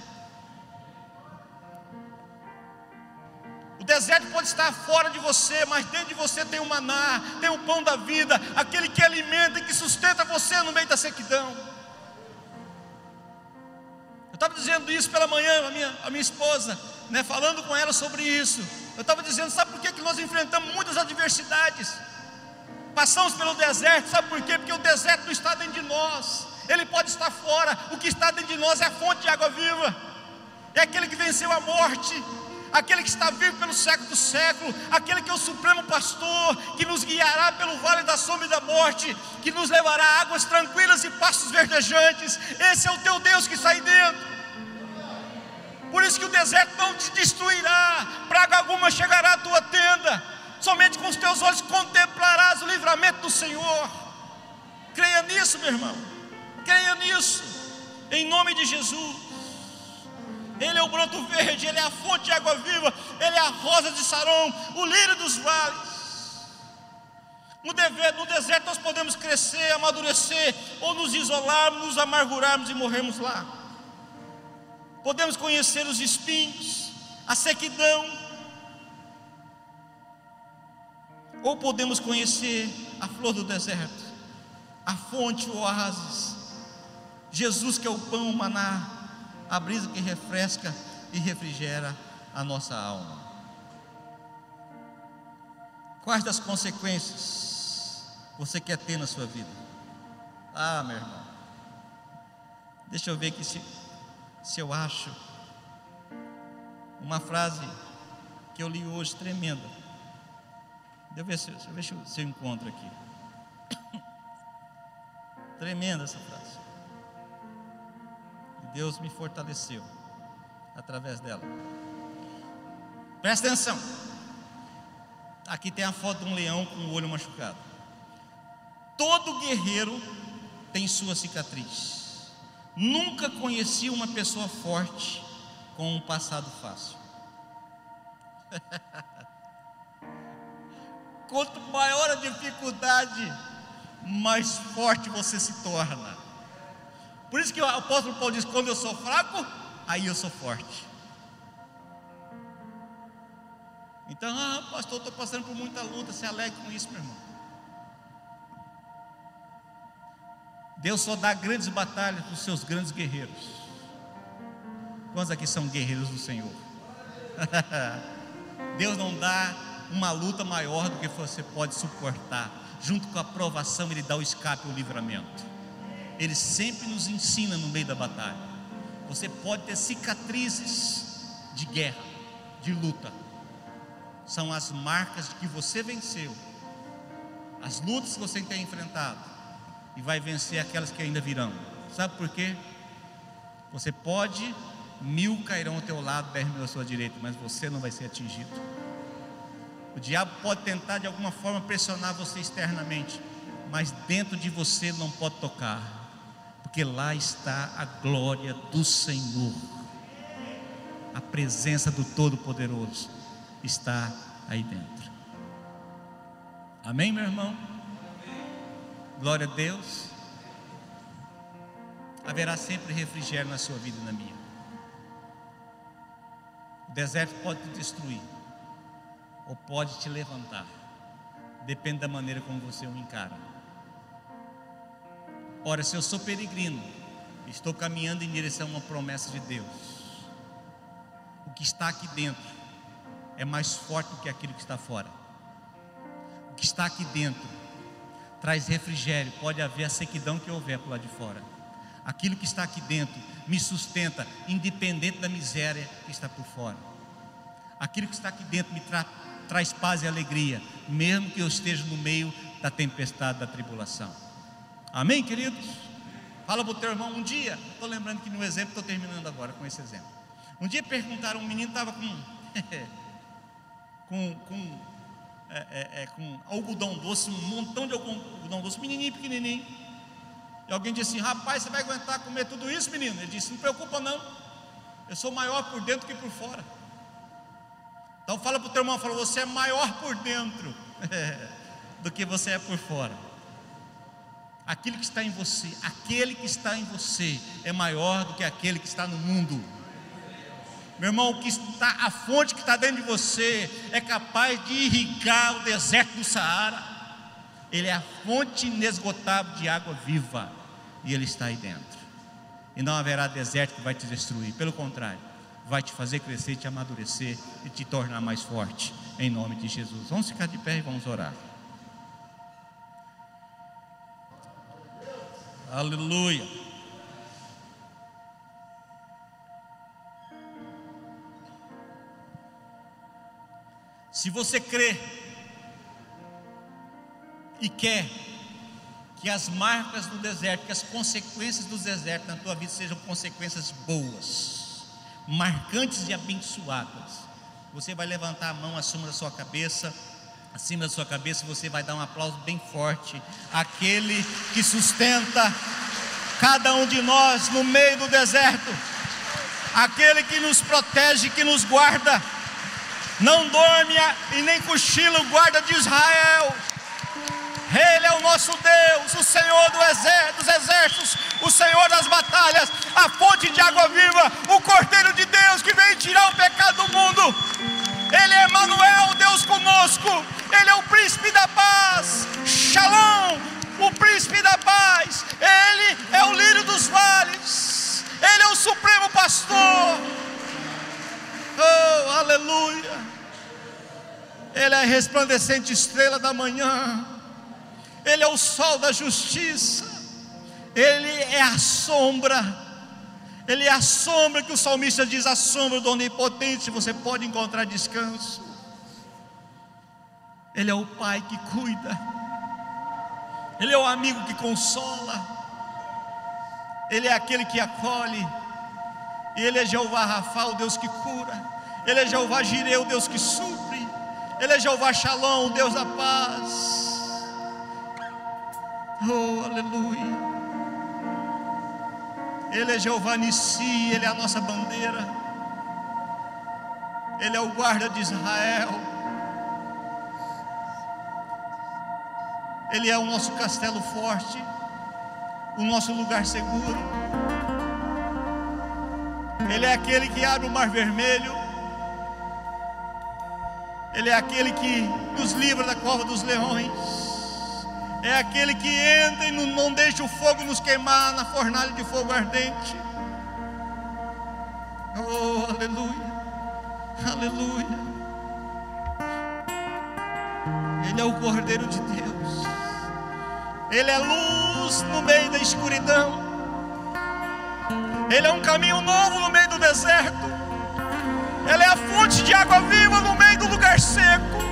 O deserto pode estar fora de você, mas dentro de você tem o maná, tem o pão da vida, aquele que alimenta e que sustenta você no meio da sequidão. Eu estava dizendo isso pela manhã, a minha, a minha esposa, né, falando com ela sobre isso. Eu estava dizendo: sabe por que, que nós enfrentamos muitas adversidades? Passamos pelo deserto, sabe por quê? Porque o deserto não está dentro de nós, ele pode estar fora. O que está dentro de nós é a fonte de água viva, é aquele que venceu a morte, aquele que está vivo pelo século do século, aquele que é o supremo pastor, que nos guiará pelo vale da sombra e da morte, que nos levará a águas tranquilas e pastos verdejantes. Esse é o teu Deus que está aí dentro. Por isso que o deserto não te destruirá, praga alguma chegará à tua tenda, somente com os teus olhos contemplarás o livramento do Senhor. Creia nisso, meu irmão, creia nisso, em nome de Jesus. Ele é o broto verde, Ele é a fonte de água viva, Ele é a rosa de Saron, o lírio dos vales. No, dever, no deserto nós podemos crescer, amadurecer, ou nos isolarmos, nos amargurarmos e morrermos lá. Podemos conhecer os espinhos, a sequidão, ou podemos conhecer a flor do deserto, a fonte, o oásis, Jesus que é o pão, o maná, a brisa que refresca e refrigera a nossa alma. Quais das consequências você quer ter na sua vida? Ah, meu irmão, deixa eu ver aqui se, se eu acho uma frase que eu li hoje tremenda. Deixa eu ver se, deixa eu, ver se eu encontro aqui. Tremenda essa frase. E Deus me fortaleceu através dela. Presta atenção. Aqui tem a foto de um leão com o olho machucado. Todo guerreiro tem sua cicatriz. Nunca conheci uma pessoa forte com um passado fácil. Quanto maior a dificuldade, mais forte você se torna. Por isso que o apóstolo Paulo diz: quando eu sou fraco, aí eu sou forte. Então, ah, pastor, estou passando por muita luta. Se alegre com isso, meu irmão. Deus só dá grandes batalhas para os seus grandes guerreiros. Quantos aqui são guerreiros do Senhor? Deus não dá uma luta maior do que você pode suportar. Junto com a provação, Ele dá o escape e o livramento. Ele sempre nos ensina no meio da batalha. Você pode ter cicatrizes de guerra, de luta. São as marcas de que você venceu, as lutas que você tem enfrentado, e vai vencer aquelas que ainda virão. Sabe por quê? Você pode, mil cairão ao teu lado, dez mil à sua direita, mas você não vai ser atingido. O diabo pode tentar de alguma forma pressionar você externamente, mas dentro de você não pode tocar, porque lá está a glória do Senhor. A presença do Todo-Poderoso está aí dentro. Amém, meu irmão? Glória a Deus. Haverá sempre refrigério na sua vida e na minha. O deserto pode te destruir, ou pode te levantar. Depende da maneira como você o encara. Ora, se eu sou peregrino, estou caminhando em direção a uma promessa de Deus, o que está aqui dentro é mais forte do que aquilo que está fora. O que está aqui dentro traz refrigério. Pode haver a sequidão que houver por lá de fora. Aquilo que está aqui dentro me sustenta, independente da miséria que está por fora. Aquilo que está aqui dentro me tra traz paz e alegria, mesmo que eu esteja no meio da tempestade, da tribulação. Amém, queridos? Fala para o teu irmão. Um dia, estou lembrando que no exemplo, estou terminando agora com esse exemplo. Um dia perguntaram, um menino estava com com, com, é, é, é, com algodão doce, um montão de algodão doce, menininho, pequenininho. E alguém disse assim: rapaz, você vai aguentar comer tudo isso, menino? Ele disse: não preocupa não, eu sou maior por dentro que por fora. Então fala para o teu irmão, fala: você é maior por dentro do que você é por fora. Aquilo que está em você, aquele que está em você é maior do que aquele que está no mundo. Meu irmão, o que está, a fonte que está dentro de você é capaz de irrigar o deserto do Saara. Ele é a fonte inesgotável de água viva, e Ele está aí dentro. E não haverá deserto que vai te destruir. Pelo contrário, vai te fazer crescer, te amadurecer e te tornar mais forte, em nome de Jesus. Vamos ficar de pé e vamos orar. Aleluia. Se você crê e quer que as marcas do deserto, que as consequências do deserto na tua vida sejam consequências boas, marcantes e abençoadas, você vai levantar a mão acima da sua cabeça. Acima da sua cabeça você vai dar um aplauso bem forte àquele que sustenta cada um de nós no meio do deserto, aquele que nos protege, que nos guarda, não dorme e nem cochila, o guarda de Israel. Ele é o nosso Deus, o Senhor do exército, dos exércitos, o Senhor das batalhas, a fonte de água viva, o Cordeiro de Deus que veio tirar o pecado do mundo. Ele é Emanuel, Deus conosco. Ele é o príncipe da paz, Shalom, o príncipe da paz. Ele é o lírio dos vales. aleluia. Ele é a resplandecente estrela da manhã, Ele é o sol da justiça, Ele é a sombra, Ele é a sombra que o salmista diz, a sombra do Onipotente, você pode encontrar descanso. Ele é o Pai que cuida, Ele é o amigo que consola, Ele é aquele que acolhe, Ele é Jeová Rafa, o Deus que cura, Ele é Jeová Jireh, o Deus que supre, Ele é Jeová Shalom, o Deus da paz. Oh, aleluia. Ele é Jeová Nissi, Ele é a nossa bandeira, Ele é o guarda de Israel, Ele é o nosso castelo forte, o nosso lugar seguro. Ele é aquele que abre o mar vermelho, Ele é aquele que nos livra da cova dos leões, é aquele que entra e não deixa o fogo nos queimar na fornalha de fogo ardente. Oh, aleluia, aleluia. Ele é o Cordeiro de Deus, Ele é luz no meio da escuridão, Ele é um caminho novo no meio do deserto, Ele é a fonte de água viva no meio do lugar seco.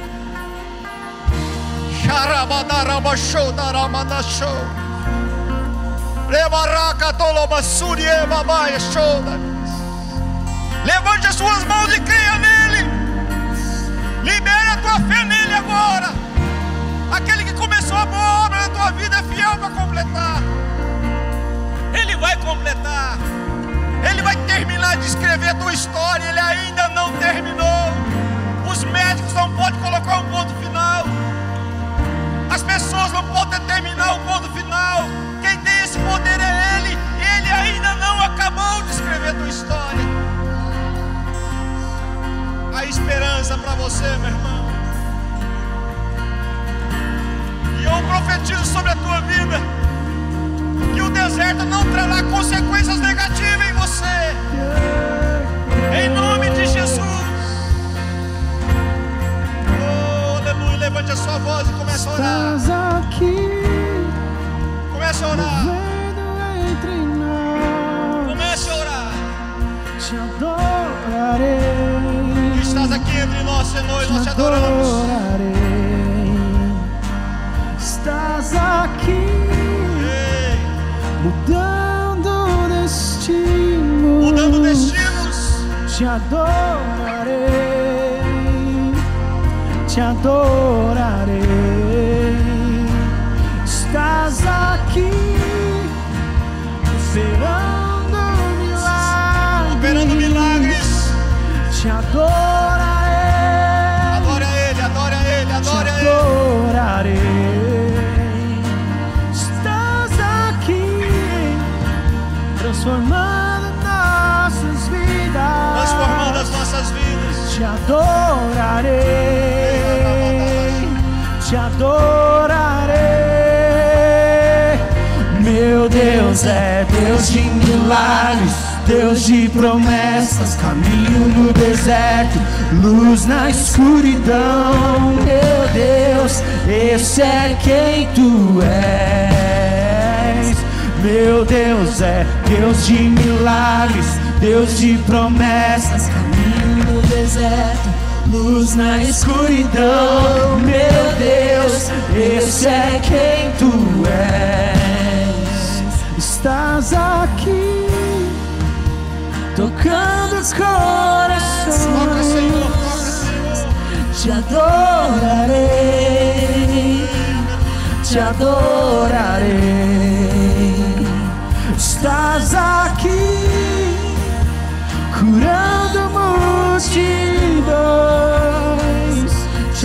Levante as suas mãos e creia nele. Libere a tua fé nele agora. Aquele que começou a boa obra na tua vida é fiel para completar. Ele vai completar. Ele vai terminar de escrever a tua história. Ele ainda não terminou. Os médicos não podem colocar um ponto final, as pessoas não podem determinar o ponto final. Quem tem esse poder é Ele. Ele ainda não acabou de escrever a tua história. Há esperança para você, meu irmão. E eu profetizo sobre a tua vida que o deserto não trará consequências negativas em você, em nome de Jesus. Oh, aleluia. Levante a sua voz e comece a orar. Estás aqui, comece a orar. Entre nós. Comece a orar. Te adorarei. Estás aqui entre nós, Senhor, e te nós te adoramos. Adorarei. Estás aqui, Ei. mudando destinos. Mudando destinos. Te adorarei. Te adorarei. Estás aqui, operando milagres. Operando milagres. Te adorarei. Adora Ele, adora Ele, adora Te Ele. adorarei. Estás aqui, transformando nossas vidas. Transformando as nossas vidas. Te adorarei. Te adorarei. Meu Deus é Deus de milagres, Deus de promessas, caminho no deserto, luz na escuridão. Meu Deus, esse é quem tu és. Meu Deus é Deus de milagres, Deus de promessas, caminho no deserto, luz na escuridão. Meu Deus, esse é quem tu és. Estás aqui, tocando os corações. Toca, Senhor, toca, Senhor. Te adorarei, te adorarei. Estás aqui, curando multidões. Te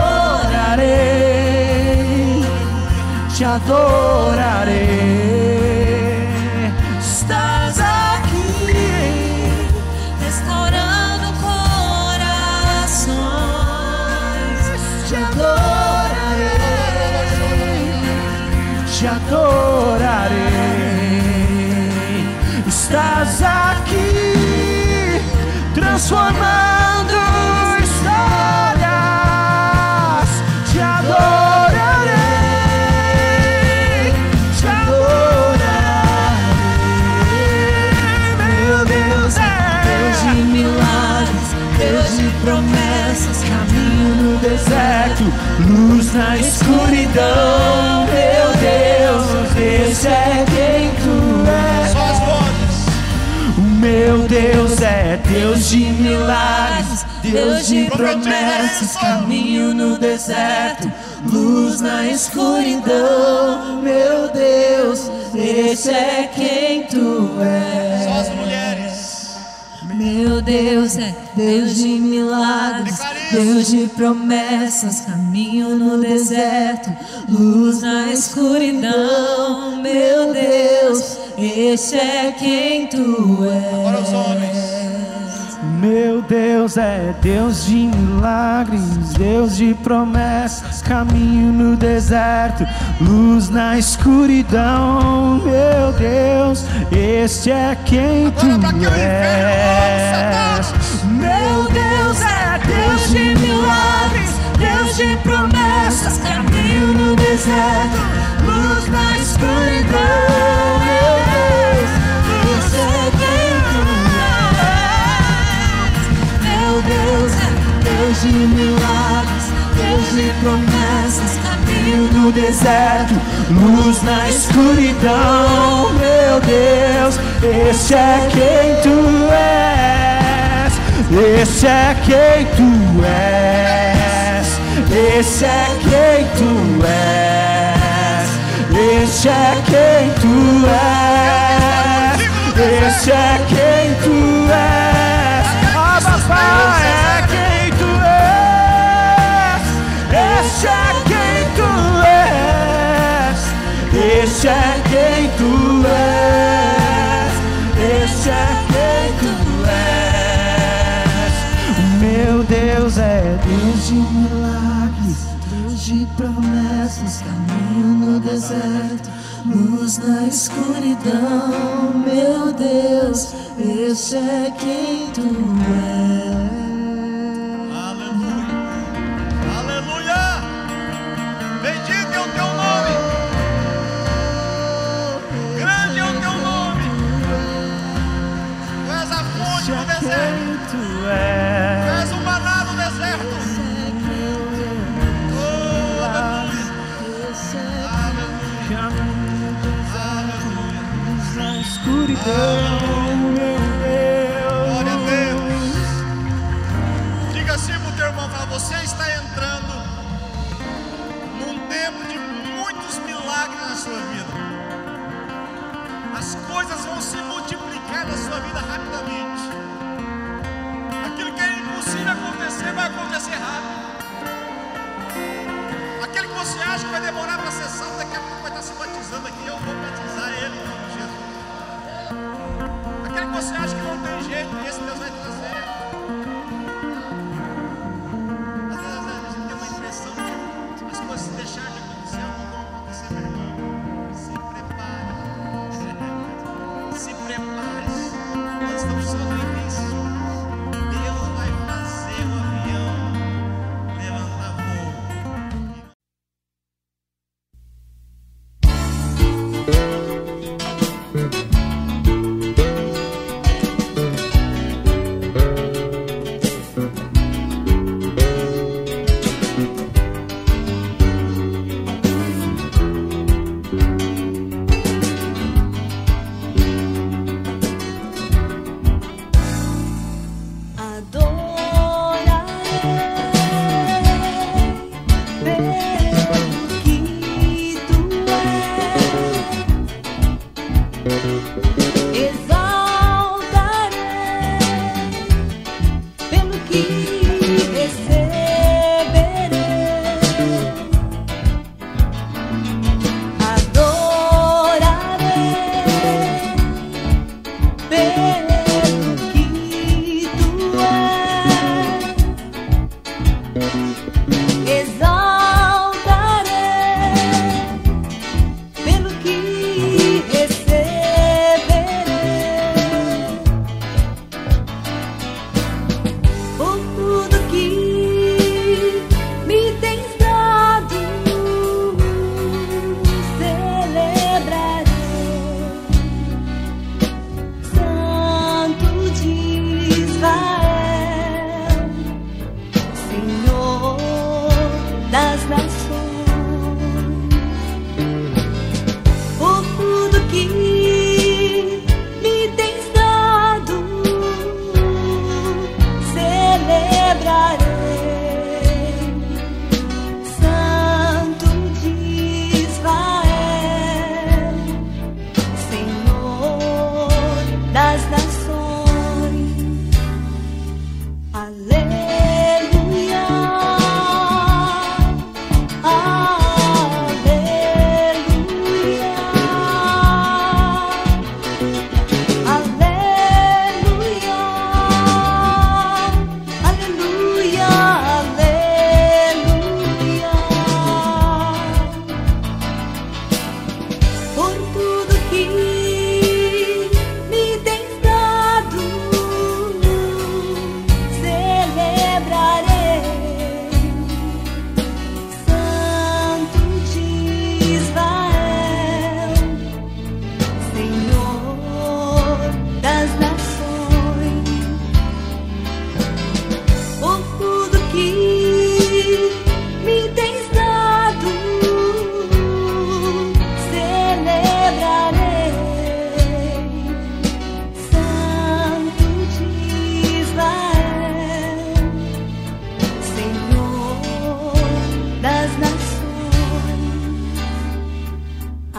adorarei, te adorarei. Estás aqui, restaurando corações. Te adorarei, te adorarei. Estás aqui, transformando luz na escuridão, meu Deus, esse é quem tu és. Só as vozes. O meu Deus é Deus de milagres, Deus de promessas, caminho no deserto, luz na escuridão, meu Deus, esse é quem tu és. Só as mulheres. Meu Deus é Deus de milagres, Deus de promessas, caminho no deserto, luz na escuridão, meu Deus, esse é quem tu és. Agora os homens. Meu Deus é Deus de milagres, Deus de promessas, caminho no deserto, luz na escuridão, meu Deus, este é quem tu és. Meu Deus é Deus de milagres, Deus de promessas, caminho no deserto, luz na escuridão, meu Deus, este é quem tu és. Meu Deus é Deus de milagres, Deus de promessas, caminho no deserto, luz na escuridão, meu Deus, este é quem tu és, este é quem tu és, este é quem tu és, este é quem tu és, este é quem tu és, Abba Pai, é quem tu és, este é quem tu és, este é quem tu és, este é quem tu és. Meu Deus é Deus de milagres, Deus de promessas, caminho no deserto, luz na escuridão, meu Deus, este é quem tu és. Aleluia. Aleluia. Bendito é o teu nome. Grande é o teu nome. Tu és a fonte no deserto. Tu Tu és. és o maná no deserto. Oh, aleluia. Aleluia. Aleluia. Na escuridão, meu Deus. Glória a Deus. Diga assim pro teu irmão, fala, você está entrando num tempo de muitos milagres na sua vida. As coisas vão se multiplicar na sua vida rapidamente. Aquilo que é impossível acontecer, vai acontecer rápido. Aquele que você acha que vai demorar para ser salvo, daqui a pouco vai estar se batizando aqui. Eu vou batizar ele em nome de Jesus. Aquele que você acha que não tem jeito, esse Deus vai trazer. Às vezes a gente tem uma impressão que as coisas, se deixar de acontecer, não vão acontecer, meu irmão. Se prepare. Se prepare. Nós estamos só no início. Deus vai fazer o avião levantar voo.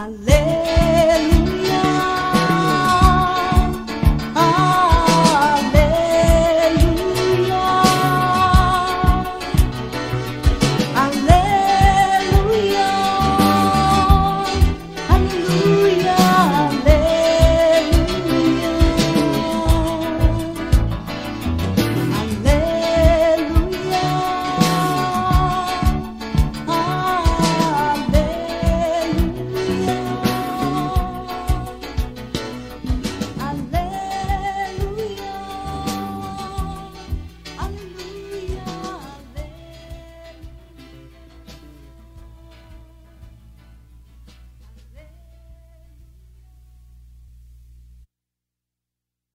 Aleluia.